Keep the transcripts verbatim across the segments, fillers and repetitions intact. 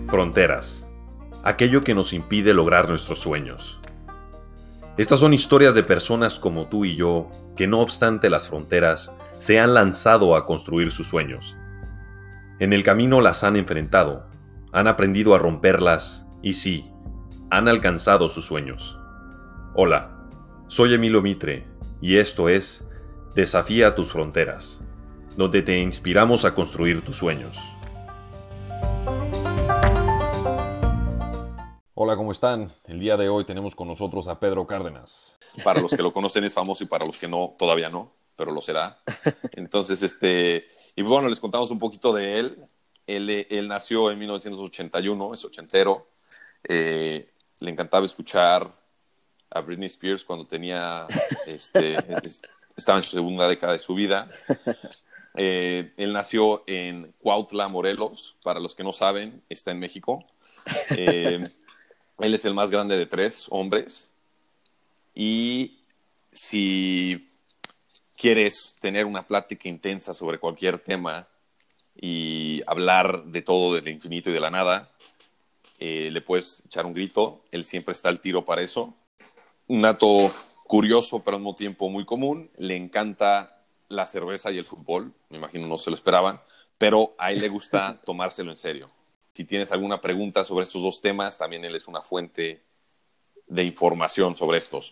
Fronteras. Aquello que nos impide lograr nuestros sueños. Estas son historias de personas como tú y yo, que no obstante las fronteras, se han lanzado a construir sus sueños. En el camino las han enfrentado, han aprendido a romperlas y sí, han alcanzado sus sueños. Hola, soy Emilio Mitre y esto es Desafía tus fronteras, donde te inspiramos a construir tus sueños. Hola, ¿cómo están? El día de hoy tenemos con nosotros a Pedro Cárdenas. Para los que lo conocen es famoso y para los que no, todavía no, pero lo será. Entonces, este, y bueno, les contamos un poquito de él. Él, él nació en mil novecientos ochenta y uno, es ochentero. Eh, le encantaba escuchar a Britney Spears cuando tenía, este, estaba en su segunda década de su vida. Eh, él nació en Cuautla, Morelos. Para los que no saben, está en México. Eh, Él es el más grande de tres hombres y si quieres tener una plática intensa sobre cualquier tema y hablar de todo, del infinito y de la nada, eh, le puedes echar un grito. Él siempre está al tiro para eso. Un dato curioso, pero al mismo tiempo muy común. Le encanta la cerveza y el fútbol. Me imagino no se lo esperaban, pero a él le gusta tomárselo en serio. Si tienes alguna pregunta sobre estos dos temas, también él es una fuente de información sobre estos.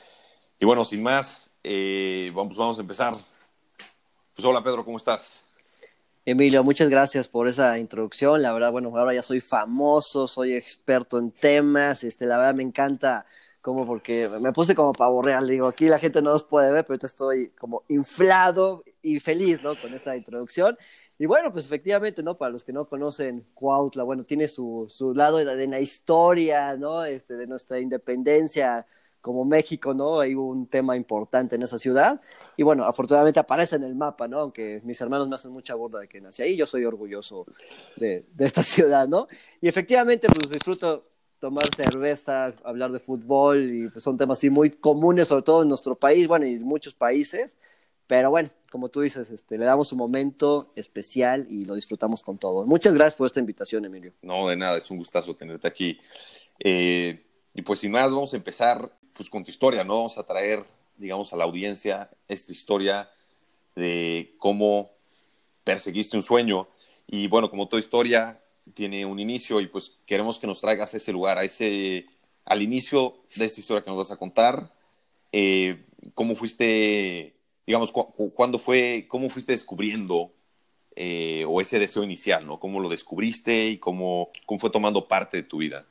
Y bueno, sin más, eh, vamos, vamos a empezar. Pues hola Pedro, ¿cómo estás? Emilio, muchas gracias por esa introducción. La verdad, bueno, ahora ya soy famoso, soy experto en temas. Este, la verdad me encanta como porque me puse como pavo real. Digo, aquí la gente no nos puede ver, pero ahorita estoy como inflado y feliz, ¿no? Con esta introducción. Y bueno, pues efectivamente, ¿no? Para los que no conocen Cuautla, bueno, tiene su, su lado de, de la historia, ¿no? Este, de nuestra independencia como México, ¿no? Hay un tema importante en esa ciudad. Y bueno, afortunadamente aparece en el mapa, ¿no? Aunque mis hermanos me hacen mucha burla de que nací ahí, yo soy orgulloso de, de esta ciudad, ¿no? Y efectivamente, pues disfruto tomar cerveza, hablar de fútbol, y pues son temas así muy comunes, sobre todo en nuestro país, bueno, y en muchos países. Pero bueno, como tú dices, este, le damos un momento especial y lo disfrutamos con todo. Muchas gracias por esta invitación, Emilio. No, de nada, es un gustazo tenerte aquí. Eh, y pues sin más, vamos a empezar pues, con tu historia, ¿no? Vamos a traer, digamos, a la audiencia esta historia de cómo perseguiste un sueño. Y bueno, como toda historia tiene un inicio y pues queremos que nos traigas a ese lugar, a ese, al inicio de esta historia que nos vas a contar. Eh, ¿Cómo fuiste, digamos, cu cuándo fue, cómo fuiste descubriendo eh, o ese deseo inicial, ¿no? ¿Cómo lo descubriste y cómo, cómo fue tomando parte de tu vida?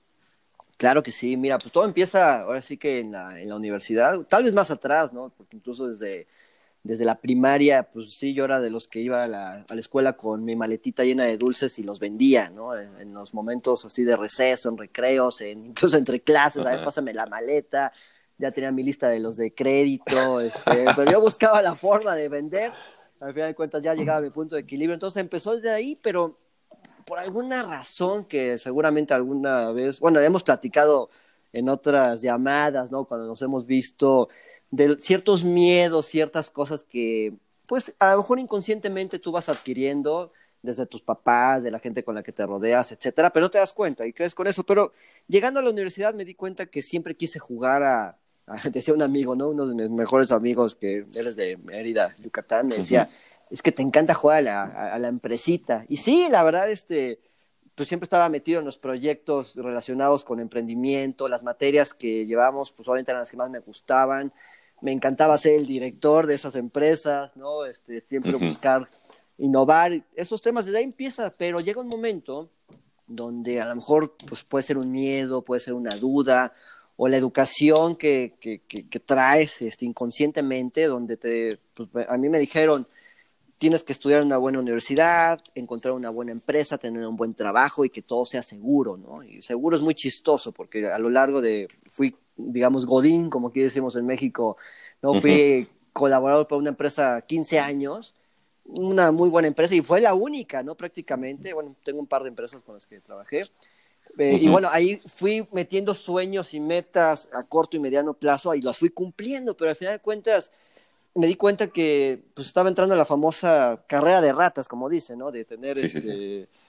Claro que sí, mira, pues todo empieza ahora sí que en la, en la universidad, tal vez más atrás, ¿no? Porque incluso desde, desde la primaria, pues sí, yo era de los que iba a la, a la escuela con mi maletita llena de dulces y los vendía, ¿no? En, en los momentos así de receso, en recreos, en, incluso entre clases, a ver, pásame la maleta, ya tenía mi lista de los de crédito, este, pero yo buscaba la forma de vender, al final de cuentas ya llegaba a mi punto de equilibrio, entonces empezó desde ahí, pero por alguna razón que seguramente alguna vez, bueno, hemos platicado en otras llamadas, ¿no? Cuando nos hemos visto de ciertos miedos, ciertas cosas que, pues, a lo mejor inconscientemente tú vas adquiriendo desde tus papás, de la gente con la que te rodeas, etcétera, pero no te das cuenta y crees con eso. Pero llegando a la universidad me di cuenta que siempre quise jugar a, a decía un amigo, ¿no? Uno de mis mejores amigos, que él es de Mérida, Yucatán, me decía, uh-huh, es que te encanta jugar a la, a, a la empresita. Y sí, la verdad, este, pues siempre estaba metido en los proyectos relacionados con emprendimiento, las materias que llevamos, pues obviamente eran las que más me gustaban. Me encantaba ser el director de esas empresas, ¿no? Este, siempre uh-huh, buscar innovar. Esos temas, desde ahí empieza, pero llega un momento donde a lo mejor pues, puede ser un miedo, puede ser una duda, o la educación que, que, que, que traes este, inconscientemente, donde te, pues, a mí me dijeron, tienes que estudiar en una buena universidad, encontrar una buena empresa, tener un buen trabajo y que todo sea seguro, ¿no? Y seguro es muy chistoso porque a lo largo de, fui, digamos, godín, como aquí decimos en México, ¿no? Uh-huh. Fui colaborador para una empresa quince años, una muy buena empresa y fue la única, ¿no? Prácticamente, bueno, tengo un par de empresas con las que trabajé. Eh, uh-huh. Y bueno, ahí fui metiendo sueños y metas a corto y mediano plazo y las fui cumpliendo, pero al final de cuentas me di cuenta que pues estaba entrando a la famosa carrera de ratas, como dicen, ¿no? De tener sí, este, sí, sí.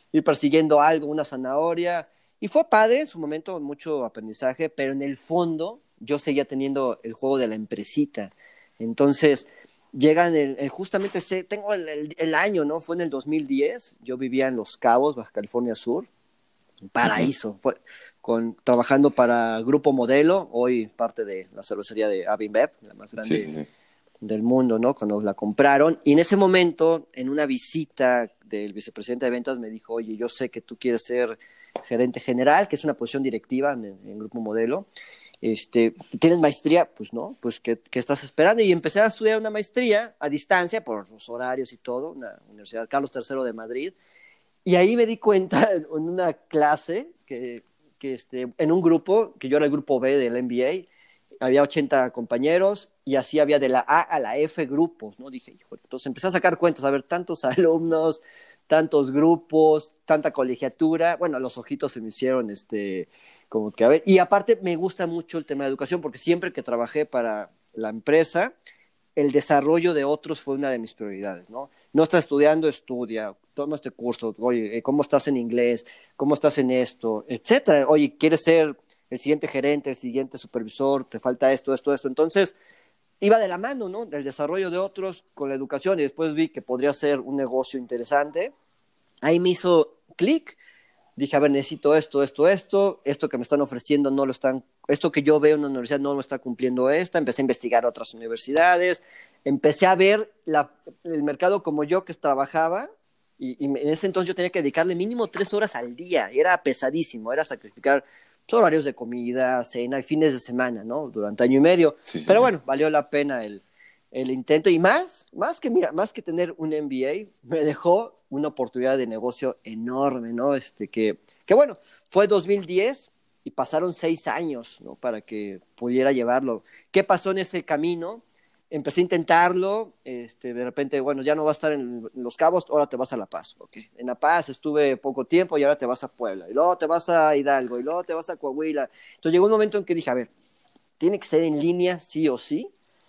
ir persiguiendo algo, una zanahoria. Y fue padre en su momento, mucho aprendizaje, pero en el fondo yo seguía teniendo el juego de la empresita. Entonces, llegan el, el justamente, este, tengo el, el, el año, ¿no? Fue en el dos mil diez, yo vivía en Los Cabos, Baja California Sur, un paraíso, fue con, trabajando para Grupo Modelo, hoy parte de la cervecería de Avinbev, la más grande sí, sí, sí. del mundo, ¿no? Cuando la compraron. Y en ese momento, en una visita del vicepresidente de ventas, me dijo, oye, yo sé que tú quieres ser gerente general, que es una posición directiva en, en Grupo Modelo. Este, ¿tienes maestría? Pues no, pues ¿qué, ¿qué estás esperando? Y empecé a estudiar una maestría a distancia por los horarios y todo, una Universidad Carlos tercero de Madrid. Y ahí me di cuenta en una clase que, que este, en un grupo, que yo era el grupo B del M B A, había ochenta compañeros y así había de la A a la F grupos, ¿no? Dije, híjole, entonces empecé a sacar cuentas, a ver, tantos alumnos, tantos grupos, tanta colegiatura, bueno, los ojitos se me hicieron, este, como que a ver, y aparte me gusta mucho el tema de educación, porque siempre que trabajé para la empresa, el desarrollo de otros fue una de mis prioridades, ¿no? No estás estudiando, estudia, toma este curso, oye, ¿cómo estás en inglés? ¿Cómo estás en esto? Etcétera. Oye, ¿quieres ser el siguiente gerente, el siguiente supervisor? ¿Te falta esto, esto, esto? Entonces, iba de la mano, ¿no? Del desarrollo de otros con la educación y después vi que podría ser un negocio interesante. Ahí me hizo clic. Dije, a ver, necesito esto, esto, esto, esto que me están ofreciendo no lo están, esto que yo veo en una universidad no lo está cumpliendo esta, empecé a investigar otras universidades, empecé a ver la, el mercado como yo que trabajaba y, y en ese entonces yo tenía que dedicarle mínimo tres horas al día, y era pesadísimo, era sacrificar horarios de comida, cena y fines de semana, ¿no? Durante año y medio, sí, sí, pero bueno, valió la pena el, el intento y más, más que, mira, más que tener un M B A, me dejó una oportunidad de negocio enorme, ¿no? Este, que, que bueno, fue dos mil diez y pasaron seis años, ¿no? Para que pudiera llevarlo. ¿Qué pasó en ese camino? Empecé a intentarlo, este, de repente, bueno, ya no vas a estar en Los Cabos, ahora te vas a La Paz, okay. En La Paz estuve poco tiempo y ahora te vas a Puebla, y luego te vas a Hidalgo, y luego te vas a Coahuila. Entonces llegó un momento en que dije, a ver, tiene que ser en línea sí o sí,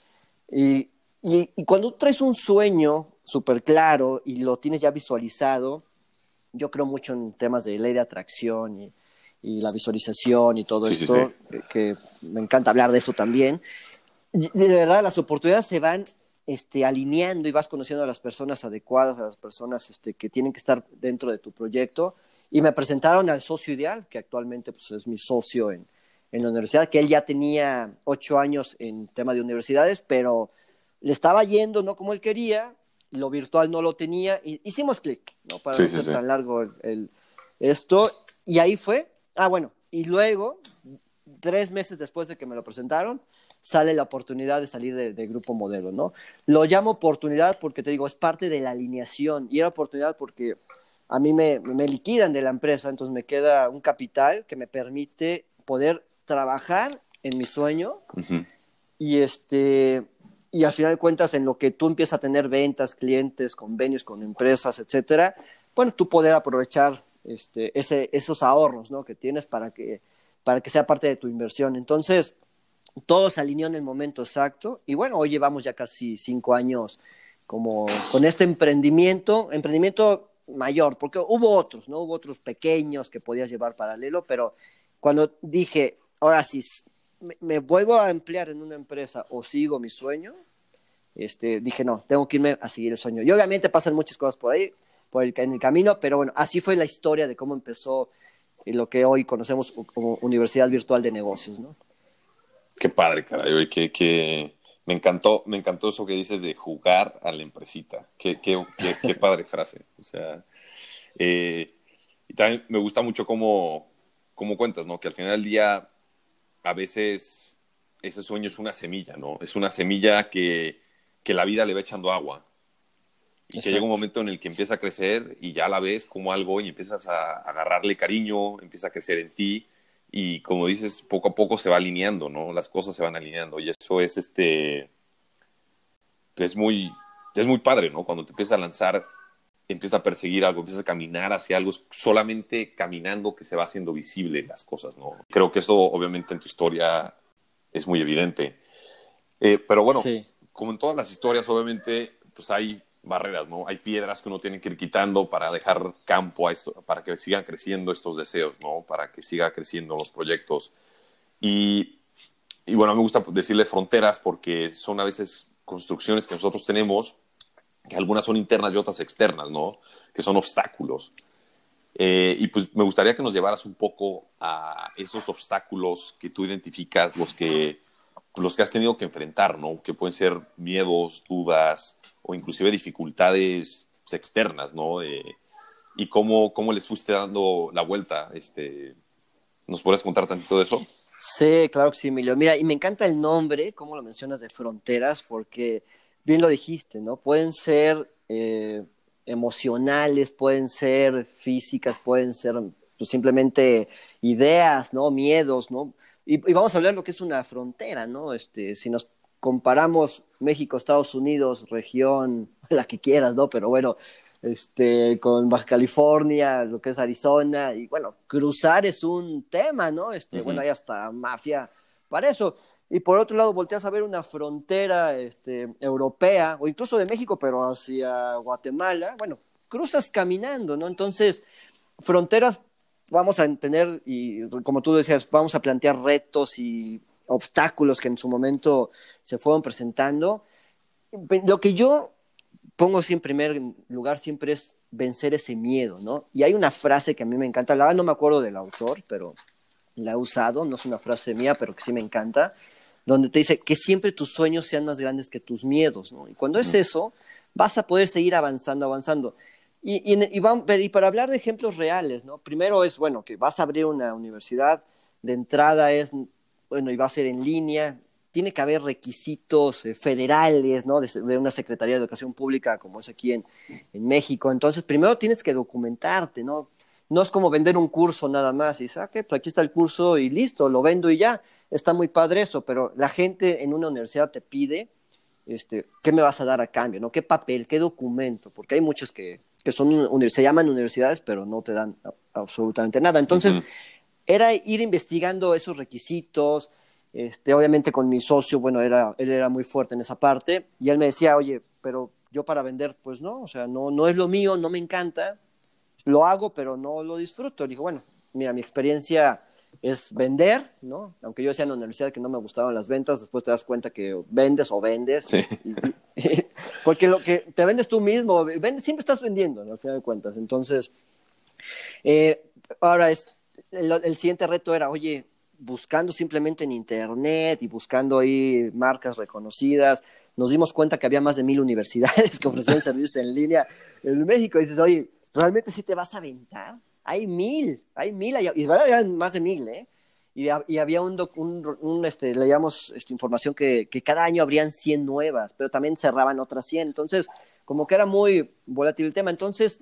y, y, y cuando traes un sueño súper claro y lo tienes ya visualizado, yo creo mucho en temas de ley de atracción y, y la visualización y todo sí, esto, sí, sí. Que, que me encanta hablar de eso también. De verdad, las oportunidades se van este, alineando y vas conociendo a las personas adecuadas, a las personas este, que tienen que estar dentro de tu proyecto. Y me presentaron al socio ideal, que actualmente pues, es mi socio en, en la universidad, que él ya tenía ocho años en tema de universidades, pero le estaba yendo no como él quería, lo virtual no lo tenía, y hicimos clic, ¿no? Para sí, no ser sí, tan sí. largo el, el, esto, y ahí fue. Ah, bueno, y luego, tres meses después de que me lo presentaron, sale la oportunidad de salir de, de Grupo Modelo, ¿no? Lo llamo oportunidad porque, te digo, es parte de la alineación, y era oportunidad porque a mí me, me liquidan de la empresa, entonces me queda un capital que me permite poder trabajar en mi sueño, uh-huh. y este... y al final de cuentas en lo que tú empiezas a tener ventas, clientes, convenios con empresas, etcétera, bueno, tú poder aprovechar este, ese, esos ahorros, ¿no? Que tienes para que, para que sea parte de tu inversión. Entonces, todo se alineó en el momento exacto y bueno, hoy llevamos ya casi cinco años como con este emprendimiento, emprendimiento mayor, porque hubo otros, ¿no? Hubo otros pequeños que podías llevar paralelo, pero cuando dije, ahora sí, me, me vuelvo a emplear en una empresa o sigo mi sueño, este, dije, no, tengo que irme a seguir el sueño. Y obviamente pasan muchas cosas por ahí, por el, en el camino, pero bueno, así fue la historia de cómo empezó lo que hoy conocemos como Universidad Virtual de Negocios, ¿no? Qué padre, caray, que, que me encantó, me encantó eso que dices de jugar a la empresita. Qué, qué, qué, qué padre frase. O sea, eh, y también me gusta mucho cómo, cómo cuentas, ¿no? Que al final del día, a veces ese sueño es una semilla, ¿no? Es una semilla que, que la vida le va echando agua. Y Exacto. Que llega un momento en el que empieza a crecer y ya la ves como algo y empiezas a agarrarle cariño, empieza a crecer en ti. Y como dices, poco a poco se va alineando, ¿no? Las cosas se van alineando y eso es este es muy es muy padre, ¿no? Cuando te empiezas a lanzar, empiezas a perseguir algo, empiezas a caminar hacia algo, es solamente caminando que se va haciendo visible las cosas, ¿no? Creo que eso obviamente en tu historia es muy evidente. Eh, pero bueno, sí. Como en todas las historias, obviamente, pues hay barreras, ¿no? Hay piedras que uno tiene que ir quitando para dejar campo a esto, para que sigan creciendo estos deseos, ¿no? Para que siga creciendo los proyectos. Y, y bueno, me gusta decirle fronteras porque son a veces construcciones que nosotros tenemos, que algunas son internas y otras externas, ¿no? Que son obstáculos. Eh, y pues me gustaría que nos llevaras un poco a esos obstáculos que tú identificas, los que, los que has tenido que enfrentar, ¿no? Que pueden ser miedos, dudas o inclusive dificultades externas, ¿no? Eh, y cómo, cómo les fuiste dando la vuelta. Este, ¿nos podrías contar tantito de eso? Sí, claro que sí, Emilio. Mira, y me encanta el nombre, como lo mencionas, de fronteras, porque bien lo dijiste, ¿no? Pueden ser eh, emocionales, pueden ser físicas, pueden ser pues, simplemente ideas, ¿no? Miedos, ¿no? Y, y vamos a hablar de lo que es una frontera, ¿no? Este, si nos comparamos México, Estados Unidos, región, la que quieras, ¿no? Pero bueno, este, con Baja California, lo que es Arizona, y bueno, cruzar es un tema, ¿no? Este, uh-huh. Bueno, hay hasta mafia para eso. Y por otro lado, volteas a ver una frontera este, europea, o incluso de México, pero hacia Guatemala, bueno, cruzas caminando, ¿no? Entonces, fronteras vamos a tener, y como tú decías, vamos a plantear retos y obstáculos que en su momento se fueron presentando. Lo que yo pongo en primer lugar siempre es vencer ese miedo, ¿no? Y hay una frase que a mí me encanta, la verdad no me acuerdo del autor, pero la he usado, no es una frase mía, pero que sí me encanta, donde te dice que siempre tus sueños sean más grandes que tus miedos, ¿no? Y cuando es eso, vas a poder seguir avanzando, avanzando. Y, y, y, vamos, y para hablar de ejemplos reales, ¿no? Primero es, bueno, que vas a abrir una universidad, de entrada es, bueno, y va a ser en línea, tiene que haber requisitos eh, federales, ¿no? De, de una Secretaría de Educación Pública como es aquí en, en México. Entonces, primero tienes que documentarte, ¿no? No es como vender un curso nada más y dices, ah, okay, pues aquí está el curso y listo, lo vendo y ya. Está muy padre eso, pero la gente en una universidad te pide, este, ¿qué me vas a dar a cambio, ¿no? ¿Qué papel, qué documento? Porque hay muchos que, que son, se llaman universidades, pero no te dan a, absolutamente nada. Entonces, uh-huh. era ir investigando esos requisitos. Este, obviamente con mi socio, bueno, era, él era muy fuerte en esa parte, y él me decía, oye, pero yo para vender, pues no, o sea, no, no es lo mío, no me encanta, lo hago, pero no lo disfruto. Le dije, bueno, mira, mi experiencia es vender, ¿no? Aunque yo decía en la universidad que no me gustaban las ventas, después te das cuenta que vendes o vendes, sí. y, y, y, porque lo que te vendes tú mismo, vendes, siempre estás vendiendo, ¿no? Al final de cuentas. Entonces, eh, ahora es, el, el siguiente reto era, oye, buscando simplemente en internet y buscando ahí marcas reconocidas, nos dimos cuenta que había más de mil universidades que ofrecían servicios en línea en México. Y dices, oye, ¿realmente sí te vas a aventar? Hay mil, hay mil, y de verdad eran más de mil, ¿eh? Y, y había un, doc, un, un este, leíamos esta información que, que cada año habrían cien nuevas, pero también cerraban otras cien. Entonces, como que era muy volátil el tema. Entonces,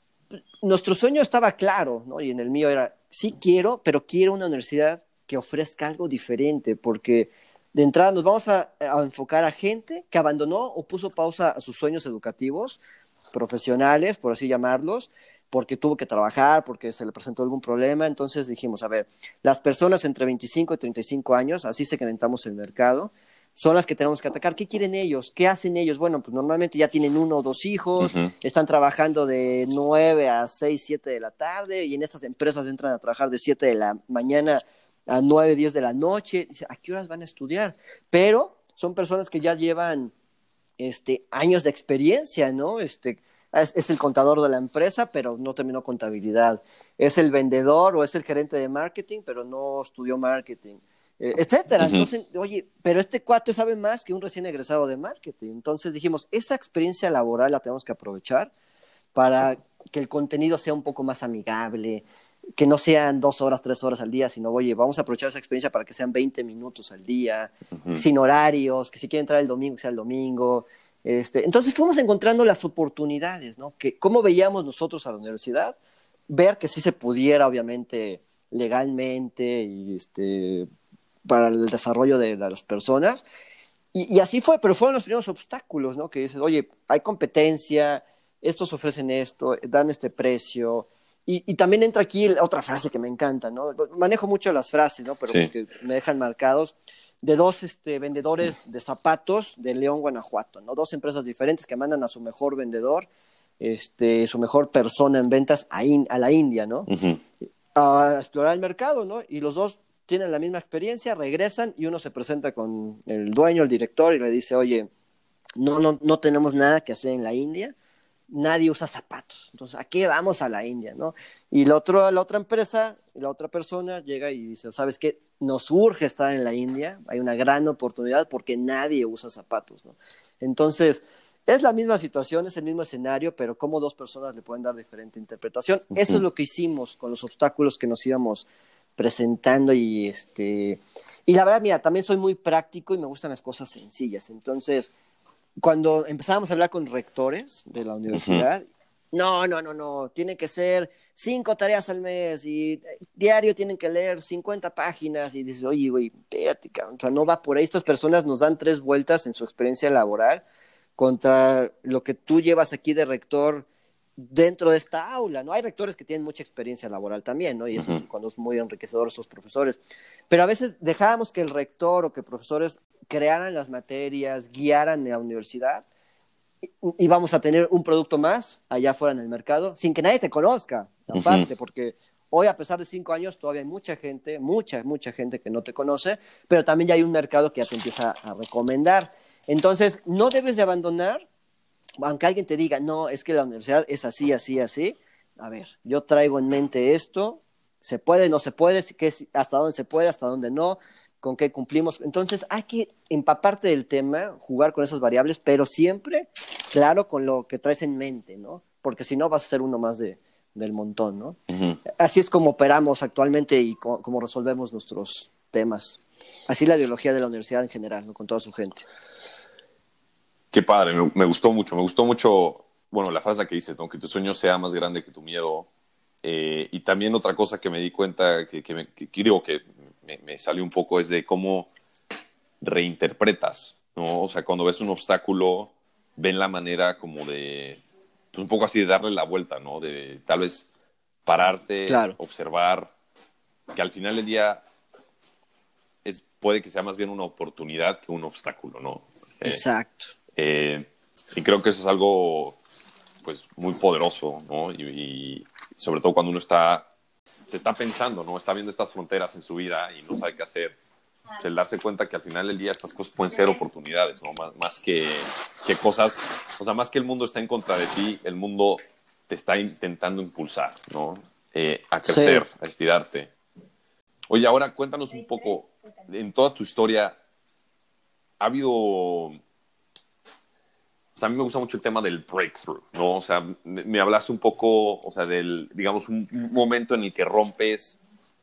nuestro sueño estaba claro, ¿no? Y en el mío era, sí quiero, pero quiero una universidad que ofrezca algo diferente, porque de entrada nos vamos a, a enfocar a gente que abandonó o puso pausa a sus sueños educativos, profesionales, por así llamarlos, porque tuvo que trabajar, porque se le presentó algún problema. Entonces dijimos, a ver, las personas entre veinticinco y treinta y cinco años, así segmentamos el mercado, son las que tenemos que atacar. ¿Qué quieren ellos? ¿Qué hacen ellos? Bueno, pues normalmente ya tienen uno o dos hijos, uh-huh. están trabajando de nueve a seis, siete de la tarde, y en estas empresas entran a trabajar de siete de la mañana a nueve, diez de la noche. Dice, ¿a qué horas van a estudiar? Pero son personas que ya llevan este, años de experiencia, ¿no? Este, es, es el contador de la empresa, pero no terminó contabilidad. Es el vendedor o es el gerente de marketing, pero no estudió marketing, eh, etcétera. Uh-huh. Entonces, oye, pero este cuate sabe más que un recién egresado de marketing. Entonces dijimos, esa experiencia laboral la tenemos que aprovechar para que el contenido sea un poco más amigable, que no sean dos horas, tres horas al día, sino, oye, vamos a aprovechar esa experiencia para que sean veinte minutos al día, uh-huh. sin horarios, que si quieren entrar el domingo, que sea el domingo. Este, entonces fuimos encontrando las oportunidades, ¿no? Que cómo veíamos nosotros a la universidad, ver que sí se pudiera, obviamente, legalmente y este, para el desarrollo de, de las personas. Y, y así fue, pero fueron los primeros obstáculos, ¿no? Que dices, oye, hay competencia, estos ofrecen esto, dan este precio. Y, y también entra aquí otra frase que me encanta, ¿no? Manejo mucho las frases, ¿no? Pero sí. porque me dejan marcados. de dos este, vendedores de zapatos de León, Guanajuato, ¿no? Dos empresas diferentes que mandan a su mejor vendedor, este, su mejor persona en ventas a, in, a la India, ¿no? Uh-huh. A explorar el mercado, ¿no? Y los dos tienen la misma experiencia, regresan y uno se presenta con el dueño, el director, y le dice, oye, no, no, no tenemos nada que hacer en la India, nadie usa zapatos, entonces, ¿a qué vamos a la India, no? Y la, otro, la otra empresa, la otra persona llega y dice, ¿sabes qué? Nos urge estar en la India, hay una gran oportunidad porque nadie usa zapatos, ¿no? Entonces, es la misma situación, es el mismo escenario, pero cómo dos personas le pueden dar diferente interpretación. Uh-huh. Eso es lo que hicimos con los obstáculos que nos íbamos presentando y este... Y la verdad, mira, también soy muy práctico y me gustan las cosas sencillas, entonces... Cuando empezábamos a hablar con rectores de la universidad, uh-huh. no, no, no, no, tienen que ser cinco tareas al mes y diario tienen que leer cincuenta páginas y dices, oye, güey, espérate, o sea, no va por ahí. Estas personas nos dan tres vueltas en su experiencia laboral contra lo que tú llevas aquí de rector dentro de esta aula, ¿no? Hay rectores que tienen mucha experiencia laboral también, ¿no? Y eso uh-huh. es cuando es muy enriquecedor esos profesores. Pero a veces dejábamos que el rector o que profesores crearan las materias, guiaran la universidad y, y vamos a tener un producto más allá afuera en el mercado sin que nadie te conozca, aparte, uh-huh. porque hoy a pesar de cinco años todavía hay mucha gente, mucha, mucha gente que no te conoce, pero también ya hay un mercado que ya te empieza a recomendar. Entonces, no debes de abandonar, aunque alguien te diga, no, es que la universidad es así, así, así. A ver, yo traigo en mente esto, se puede, no se puede, hasta dónde se puede, hasta dónde no, con qué cumplimos. Entonces hay que empaparte del tema, jugar con esas variables, pero siempre, claro, con lo que traes en mente, ¿no? Porque si no vas a ser uno más de, del montón, ¿no? Uh-huh. Así es como operamos actualmente y co- como resolvemos nuestros temas. Así la ideología de la universidad en general, ¿no? Con toda su gente. Qué padre, me, me gustó mucho, me gustó mucho, bueno, la frase que dices, ¿no? Que tu sueño sea más grande que tu miedo. Eh, y también otra cosa que me di cuenta, que, que, me, que, que digo que me, me salió un poco, es de cómo reinterpretas, ¿no? O sea, cuando ves un obstáculo, ven la manera como de, pues un poco así de darle la vuelta, ¿no? De tal vez pararte, claro. observar, que al final del día es, puede que sea más bien una oportunidad que un obstáculo, ¿no? Eh, Exacto. Eh, y creo que eso es algo pues muy poderoso, ¿no? Y, y sobre todo cuando uno está se está pensando, ¿no? Está viendo estas fronteras en su vida y no sabe qué hacer. Pues el darse cuenta que al final del día estas cosas pueden ser oportunidades, ¿no? Más, más que, que cosas, o sea, más que el mundo está en contra de ti, el mundo te está intentando impulsar, ¿no? Eh, a crecer, sí. A estirarte. Oye, ahora cuéntanos un poco, en toda tu historia, ¿ha habido... O sea, a mí me gusta mucho el tema del breakthrough, ¿no? O sea, me, me hablaste un poco, o sea, del, digamos, un, un momento en el que rompes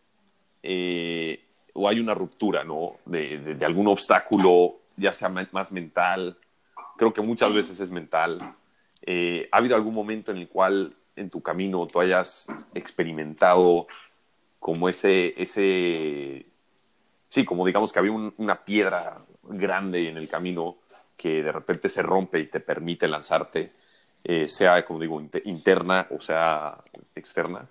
eh, o hay una ruptura, ¿no? De, de, de algún obstáculo, ya sea más mental. Creo que muchas veces es mental. Eh, ¿Ha habido algún momento en el cual en tu camino tú hayas experimentado como ese, ese, sí, como digamos que había un, una piedra grande en el camino que de repente se rompe y te permite lanzarte, eh, sea, como digo, inter- interna o sea externa?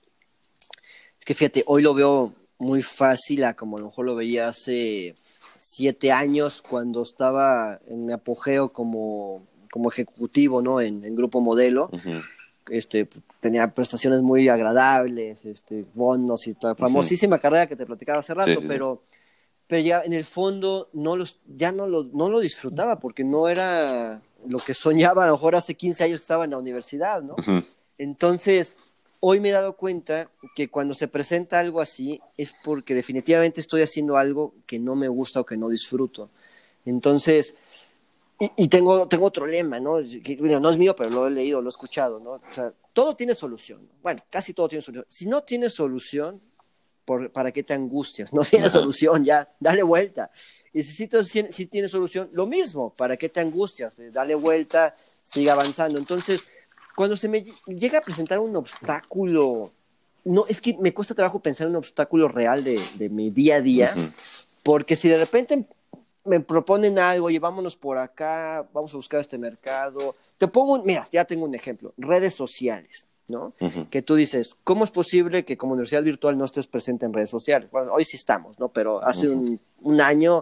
Es que fíjate, hoy lo veo muy fácil a como a lo mejor lo veía hace siete años cuando estaba en mi apogeo como, como ejecutivo, ¿no? En, en Grupo Modelo. Uh-huh. Este, tenía prestaciones muy agradables, este, bonos y toda, famosísima uh-huh. carrera que te platicaba hace rato, sí, sí, pero... Sí. Pero ya en el fondo no los, ya no lo, no lo disfrutaba porque no era lo que soñaba a lo mejor hace quince años que estaba en la universidad, ¿no? Uh-huh. Entonces, hoy me he dado cuenta que cuando se presenta algo así es porque definitivamente estoy haciendo algo que no me gusta o que no disfruto. Entonces, y, y tengo, tengo otro lema, ¿no? Que, bueno, no es mío, pero lo he leído, lo he escuchado, ¿no? O sea, todo tiene solución. Bueno, casi todo tiene solución. Si no tiene solución, Por, ¿para qué te angustias? No tiene uh-huh. solución, ya, dale vuelta. Y si sí si, si tiene solución, lo mismo, ¿para qué te angustias? Dale vuelta, sigue avanzando. Entonces, cuando se me llega a presentar un obstáculo, no, es que me cuesta trabajo pensar en un obstáculo real de, de mi día a día, uh-huh. porque si de repente me proponen algo, oye, vámonos por acá, vamos a buscar este mercado, te pongo, un, mira, ya tengo un ejemplo, redes sociales. ¿No? Uh-huh. Que tú dices, ¿cómo es posible que como universidad virtual no estés presente en redes sociales? Bueno, hoy sí estamos, ¿no? Pero hace uh-huh. un un año,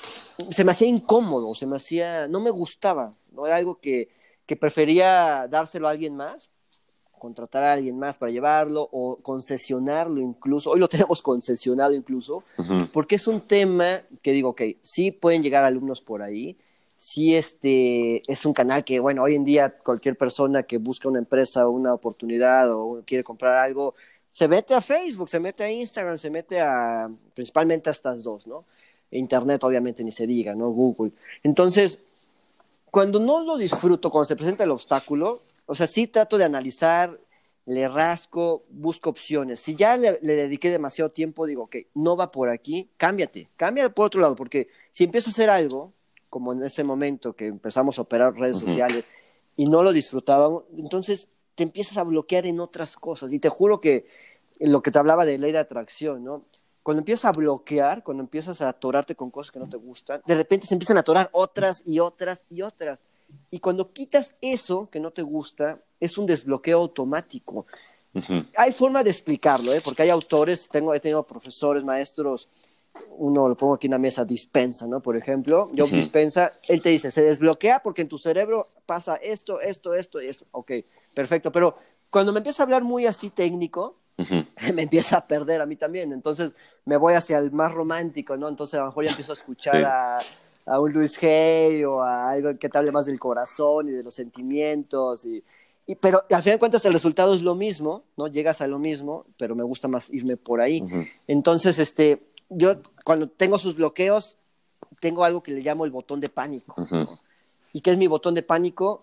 se me hacía incómodo, se me hacía, no me gustaba, no era algo que, que prefería dárselo a alguien más, contratar a alguien más para llevarlo o concesionarlo incluso, hoy lo tenemos concesionado incluso, uh-huh. porque es un tema que digo, ok, sí pueden llegar alumnos por ahí, sí este, es un canal que, bueno, hoy en día cualquier persona que busca una empresa o una oportunidad o quiere comprar algo, se mete a Facebook, se mete a Instagram, se mete a, principalmente a estas dos, ¿no? Internet obviamente ni se diga, ¿no? Google. Entonces, cuando no lo disfruto, cuando se presenta el obstáculo, o sea, sí trato de analizar, le rasco, busco opciones. Si ya le, le dediqué demasiado tiempo, digo, ok, no va por aquí, cámbiate, cambia por otro lado, porque si empiezo a hacer algo, como en ese momento que empezamos a operar redes uh-huh. sociales y no lo disfrutábamos, entonces te empiezas a bloquear en otras cosas. Y te juro que lo que te hablaba de ley de atracción, ¿no? Cuando empiezas a bloquear, cuando empiezas a atorarte con cosas que no te gustan, de repente se empiezan a atorar otras y otras y otras. Y cuando quitas eso que no te gusta, es un desbloqueo automático. Uh-huh. Hay forma de explicarlo, ¿eh? Porque hay autores, tengo, he tenido profesores, maestros, uno lo pongo aquí en la mesa, Dispensa, ¿no? Por ejemplo, Joe uh-huh. Dispensa, él te dice, se desbloquea porque en tu cerebro pasa esto, esto, esto y esto. Ok, perfecto. Pero cuando me empieza a hablar muy así técnico, uh-huh. me empieza a perder a mí también. Entonces me voy hacia el más romántico, ¿no? Entonces a lo mejor ya empiezo a escuchar sí. a, a un Luis Hay o a algo que te hable más del corazón y de los sentimientos. Y, y, pero al final de cuentas el resultado es lo mismo, ¿no? Llegas a lo mismo, pero me gusta más irme por ahí. Uh-huh. Entonces, este, yo cuando tengo sus bloqueos, tengo algo que le llamo el botón de pánico. Uh-huh. ¿no? ¿Y qué es mi botón de pánico?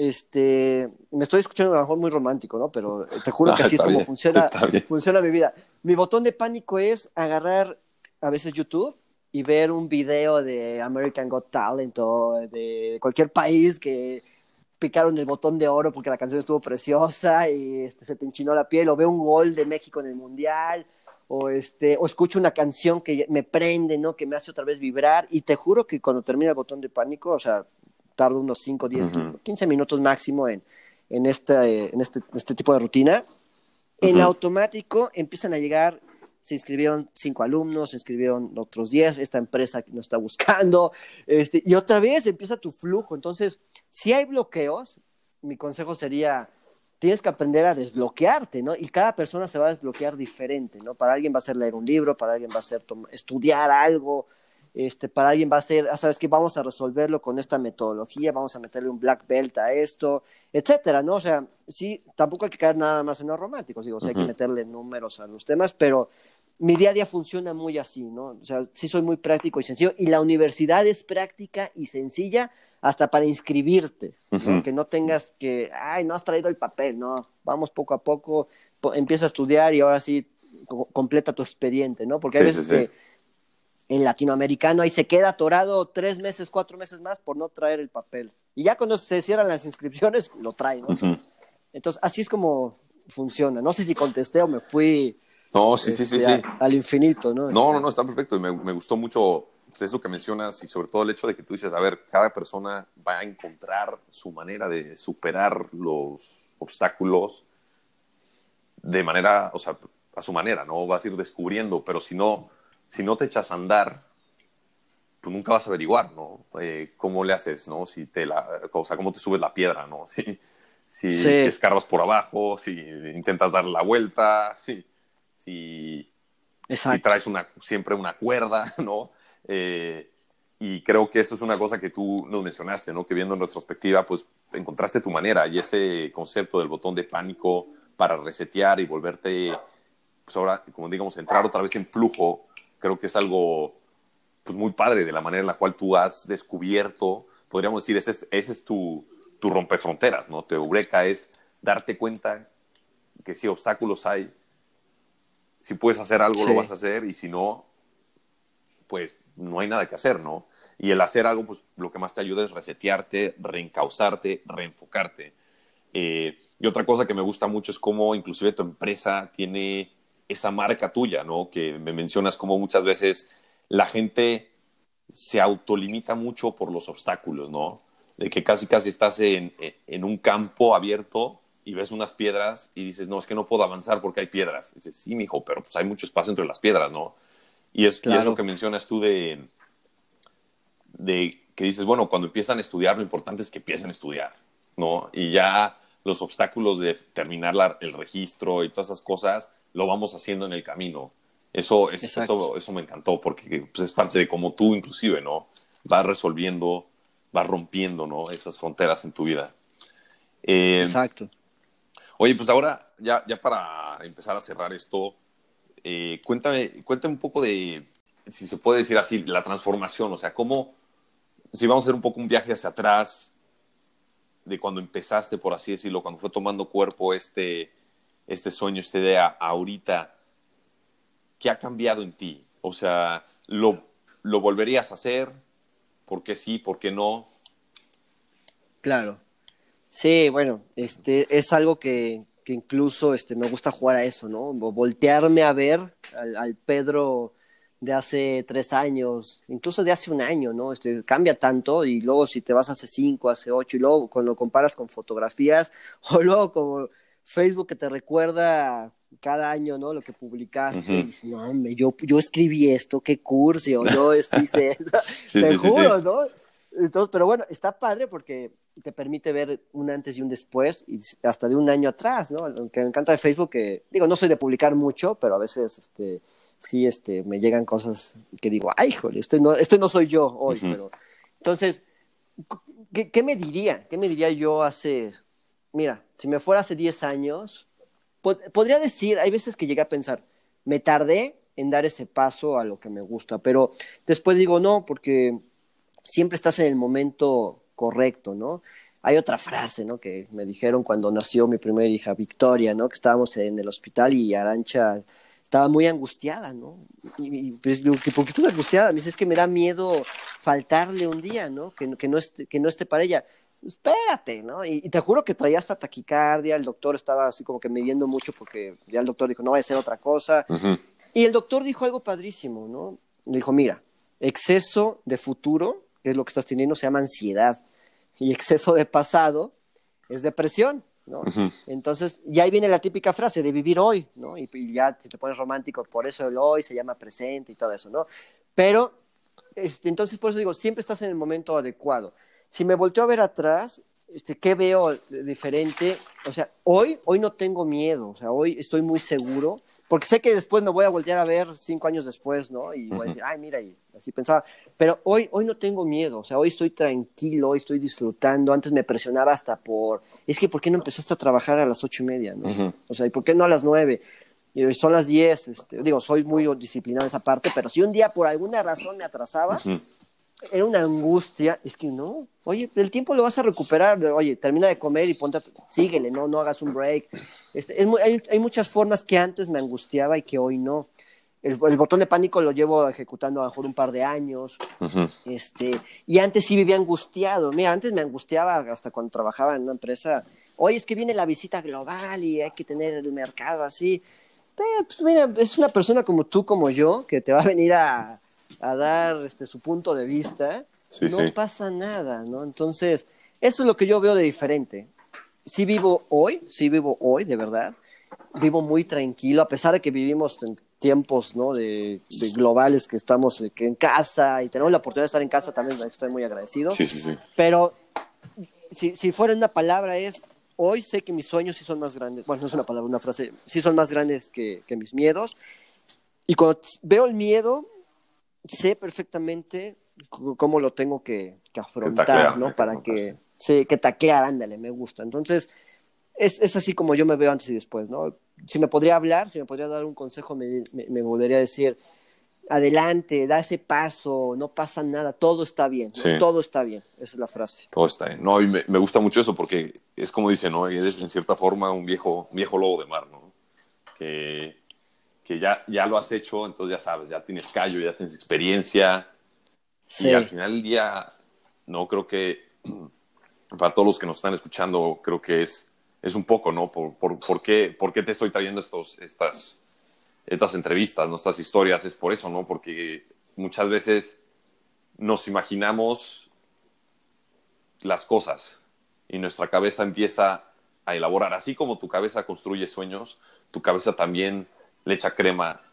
Este, me estoy escuchando a lo mejor muy romántico, ¿no? Pero te juro que así es como bien, funciona, funciona mi vida. Mi botón de pánico es agarrar a veces YouTube y ver un video de American Got Talent o de cualquier país que picaron el botón de oro porque la canción estuvo preciosa y este, se te enchinó la piel, o veo un gol de México en el Mundial, o, este, o escucho una canción que me prende, ¿no? Que me hace otra vez vibrar, y te juro que cuando termina el botón de pánico, o sea, tardo unos cinco, diez, uh-huh. quince minutos máximo en, en, este, en este, este tipo de rutina. Uh-huh. En automático empiezan a llegar, se inscribieron cinco alumnos, se inscribieron otros diez, esta empresa que nos está buscando, este, y otra vez empieza tu flujo. Entonces, si hay bloqueos, mi consejo sería, tienes que aprender a desbloquearte, ¿no? Y cada persona se va a desbloquear diferente, ¿no? Para alguien va a ser leer un libro, para alguien va a ser tom- estudiar algo, Este, para alguien va a ser, ah, sabes que vamos a resolverlo con esta metodología, vamos a meterle un black belt a esto, etcétera, ¿no? O sea, sí, tampoco hay que caer nada más en los románticos, digo, o sea, uh-huh. hay que meterle números a los temas, pero mi día a día funciona muy así, ¿no? O sea, sí soy muy práctico y sencillo, y la universidad es práctica y sencilla hasta para inscribirte, ¿no? Uh-huh. Que no tengas que, ay, no has traído el papel, no, vamos poco a poco, po- empieza a estudiar y ahora sí co- completa tu expediente, ¿no? Porque hay Sí, veces sí, sí. que el latinoamericano ahí se queda atorado tres meses, cuatro meses más por no traer el papel. Y ya cuando se cierran las inscripciones, lo trae, ¿no? Uh-huh. Entonces, así es como funciona. No sé si contesté o me fui No, sí, este, sí, sí, sí. A, al infinito, ¿no? No, no, no, está perfecto. Y me, me gustó mucho pues, eso que mencionas y sobre todo el hecho de que tú dices, a ver, cada persona va a encontrar su manera de superar los obstáculos de manera, o sea, a su manera, ¿no? Vas a ir descubriendo, pero si no, si no te echas a andar, pues nunca vas a averiguar, ¿no? Eh, ¿Cómo le haces, no? Si te la, o sea, cómo te subes la piedra, ¿no? Si, si, Sí. si escarbas por abajo, si intentas dar la vuelta, si, si, si traes una, siempre una cuerda, ¿no? Eh, y creo que eso es una cosa que tú nos mencionaste, ¿no? Que viendo en retrospectiva, pues encontraste tu manera, y ese concepto del botón de pánico para resetear y volverte, pues ahora, como digamos, entrar otra vez en flujo, creo que es algo pues muy padre de la manera en la cual tú has descubierto, podríamos decir, ese es, ese es tu, tu rompefronteras, ¿no? Tu eureka es darte cuenta que si obstáculos hay, si puedes hacer algo, sí, lo vas a hacer, y si no, pues no hay nada que hacer, ¿no? Y el hacer algo, pues lo que más te ayuda es resetearte, reencauzarte, reenfocarte. Eh, y otra cosa que me gusta mucho es cómo inclusive tu empresa tiene esa marca tuya, ¿no? Que me mencionas cómo muchas veces la gente se autolimita mucho por los obstáculos, ¿no? De que casi casi estás en, en un campo abierto y ves unas piedras y dices, no, es que no puedo avanzar porque hay piedras. Y dices, sí, mijo, pero pues hay mucho espacio entre las piedras, ¿no? Y es, y es lo Claro. que mencionas tú de, de que dices, bueno, cuando empiezan a estudiar, lo importante es que empiecen a estudiar, ¿no? Y ya los obstáculos de terminar la- el registro y todas esas cosas, lo vamos haciendo en el camino. Eso, es, Exacto. eso, eso me encantó, porque pues, es parte de cómo tú, inclusive, ¿no? Vas resolviendo, vas rompiendo, ¿no? Esas fronteras en tu vida. Eh, Exacto. Oye, pues ahora, ya, ya para empezar a cerrar esto, eh, cuéntame, cuéntame un poco de, si se puede decir así, la transformación, o sea, cómo, si vamos a hacer un poco un viaje hacia atrás, de cuando empezaste, por así decirlo, cuando fue tomando cuerpo este, este sueño, esta idea, ahorita, ¿qué ha cambiado en ti? O sea, ¿lo, lo volverías a hacer? ¿Por qué sí? ¿Por qué no? Claro. Sí, bueno, este es algo que, que incluso este, me gusta jugar a eso, ¿no? Vo- Voltearme a ver al, al Pedro de hace tres años, incluso de hace un año, ¿no? Este, cambia tanto y luego si te vas hace cinco, hace ocho y luego cuando lo comparas con fotografías o luego como Facebook que te recuerda cada año, ¿no? Lo que publicaste y Ujú. dices, no, hombre, yo, yo escribí esto, qué cursi, o yo este, hice eso, Sí, te sí, sí, sí. juro, ¿no? Entonces, pero bueno, está padre porque te permite ver un antes y un después y hasta de un año atrás, ¿no? Lo que me encanta de Facebook que, digo, no soy de publicar mucho, pero a veces, este, sí, este, me llegan cosas que digo, ay, híjole, este no, este no soy yo hoy, Ujú. pero, entonces, ¿qué, qué me diría? ¿Qué me diría yo hace, mira, si me fuera hace diez años, pod podría decir, hay veces que llegué a pensar, me tardé en dar ese paso a lo que me gusta, pero después digo, no, porque siempre estás en el momento correcto, ¿no? Hay otra frase, ¿no? Que me dijeron cuando nació mi primera hija, Victoria, ¿no? Que estábamos en el hospital y Arancha estaba muy angustiada, ¿no? Y, y pues, digo, ¿por qué estás angustiada? Me dice, es que me da miedo faltarle un día, ¿no? Que, que, no, esté, que no esté para ella. Espérate, ¿no? Y, y, te juro que traía hasta taquicardia, el doctor estaba así como que midiendo mucho porque ya el doctor dijo, no vaya a ser otra cosa. Ujú. Y el doctor dijo algo padrísimo, ¿no? Le dijo, mira, exceso de futuro, que es lo que estás teniendo, se llama ansiedad. Y exceso de pasado es depresión, ¿no? Ujú. Entonces, ya ahí viene la típica frase de vivir hoy, ¿no? Y, y ya te pones romántico, por eso el hoy se llama presente y todo eso, ¿no? Pero, este, entonces, por eso digo, siempre estás en el momento adecuado. Si me volteo a ver atrás, este, ¿qué veo diferente? O sea, hoy, hoy no tengo miedo, o sea, hoy estoy muy seguro porque sé que después me voy a voltear a ver cinco años después, ¿no? Y voy a Ujú. decir, ay, mira, y así pensaba. Pero hoy, hoy no tengo miedo, o sea, hoy estoy tranquilo, hoy estoy disfrutando. Antes me presionaba hasta por, es que, ¿por qué no empezaste a trabajar a las ocho y media, ¿no? Ujú. O sea, ¿y por qué no a las nueve? Y son las diez, este, digo, soy muy disciplinado en esa parte, pero si un día por alguna razón me atrasaba, Ujú. era una angustia, es que no, oye, el tiempo lo vas a recuperar, oye, termina de comer y ponte, a, síguele, no, no hagas un break. Este, es, hay, hay, muchas formas que antes me angustiaba y que hoy no. El, el botón de pánico lo llevo ejecutando a lo mejor un par de años, Ujú. este, y antes sí vivía angustiado, mira, antes me angustiaba hasta cuando trabajaba en una empresa, oye, es que viene la visita global y hay que tener el mercado así. Pero, pues, mira, es una persona como tú, como yo, que te va a venir a, a dar este, su punto de vista, Sí, no sí. pasa nada, ¿no? Entonces, eso es lo que yo veo de diferente. Sí vivo hoy, sí vivo hoy, de verdad. Vivo muy tranquilo, a pesar de que vivimos en tiempos, ¿no? De, de globales, que estamos eh, que en casa y tenemos la oportunidad de estar en casa también, estoy muy agradecido. Sí, sí, sí. Pero si, si fuera una palabra es, hoy sé que mis sueños sí son más grandes, bueno, no es una palabra, una frase, sí son más grandes que, que mis miedos. Y cuando veo el miedo, sé perfectamente cómo lo tengo que, que Que afrontar, taclear. ¿no? Para que, sí, que taclear, ándale, me gusta. Entonces, es, es así como yo me veo antes y después, ¿no? Si me podría hablar, si me podría dar un consejo, me, me, me volvería a decir, adelante, da ese paso, no pasa nada, todo está bien, ¿no? Sí, Todo está bien, esa es la frase. todo está bien. No, y me, me gusta mucho eso porque es como dice, ¿no? Eres en cierta forma un viejo, un viejo lobo de mar, ¿no? Que, que ya, ya lo has hecho, entonces ya sabes, ya tienes callo, ya tienes experiencia y al Sí, final del día, no creo que, para todos los que nos están escuchando, creo que es, es un poco, ¿no? Por, por, por, qué, ¿Por qué te estoy trayendo estos, estas, estas entrevistas, nuestras historias? Es por eso, ¿no? Porque muchas veces nos imaginamos las cosas y nuestra cabeza empieza a elaborar. Así como tu cabeza construye sueños, tu cabeza también le echa crema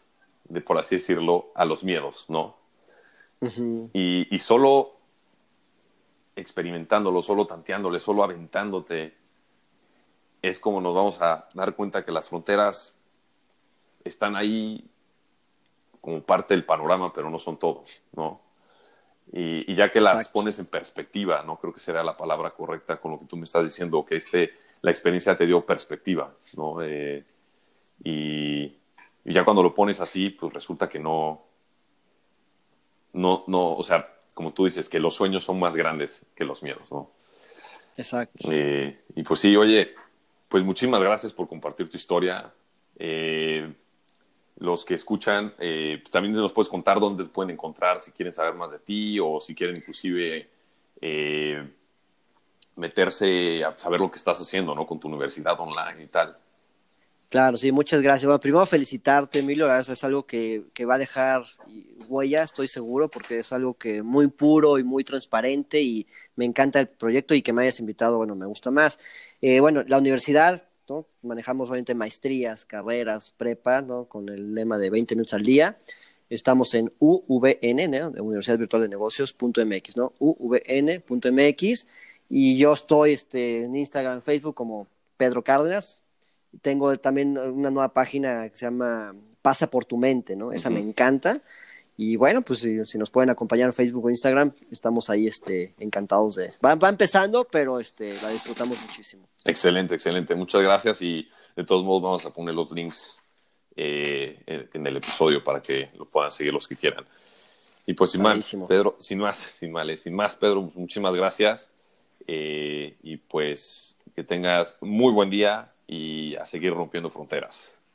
de, por así decirlo, a los miedos, ¿no? Uh-huh. Y, y solo experimentándolo, solo tanteándole, solo aventándote, es como nos vamos a dar cuenta que las fronteras están ahí como parte del panorama, pero no son todos, ¿no? Y, y ya que las Exacto. pones en perspectiva, ¿no? Creo que sería la palabra correcta con lo que tú me estás diciendo, que este, la experiencia te dio perspectiva, ¿no? Eh, y, y ya cuando lo pones así, pues resulta que no, no, no, o sea, como tú dices, que los sueños son más grandes que los miedos, ¿no? Exacto. Eh, y pues sí, oye, pues muchísimas gracias por compartir tu historia. Eh, los que escuchan, eh, pues también nos puedes contar dónde te pueden encontrar si quieren saber más de ti o si quieren inclusive eh, meterse a saber lo que estás haciendo, ¿no? Con tu universidad online y tal. Claro, sí, muchas gracias. Bueno, primero felicitarte, Emilio, la verdad es algo que, que va a dejar huella, estoy seguro, porque es algo que muy puro y muy transparente y me encanta el proyecto y que me hayas invitado, bueno, me gusta más. Eh, bueno, la universidad, ¿no? Manejamos obviamente maestrías, carreras, prepa, ¿no? Con el lema de veinte minutos al día. Estamos en U V N, ¿no? De Universidad Virtual de Negocios punto M X, ¿no? U V N punto M X y yo estoy este, en Instagram, Facebook como Pedro Cárdenas. Tengo también una nueva página que se llama Pasa por tu mente, ¿no? Esa me Uh-huh. encanta. Y bueno, pues si, si nos pueden acompañar en Facebook o Instagram, estamos ahí este, encantados de... Va, va empezando, pero este, la disfrutamos muchísimo. Excelente, excelente. Muchas gracias y de todos modos vamos a poner los links eh, en el episodio para que lo puedan seguir los que quieran. Y pues sin más, Padrísimo. Pedro, sin más, sin males, sin más, Pedro, muchísimas gracias. Eh, y pues que tengas muy buen día y a seguir rompiendo fronteras.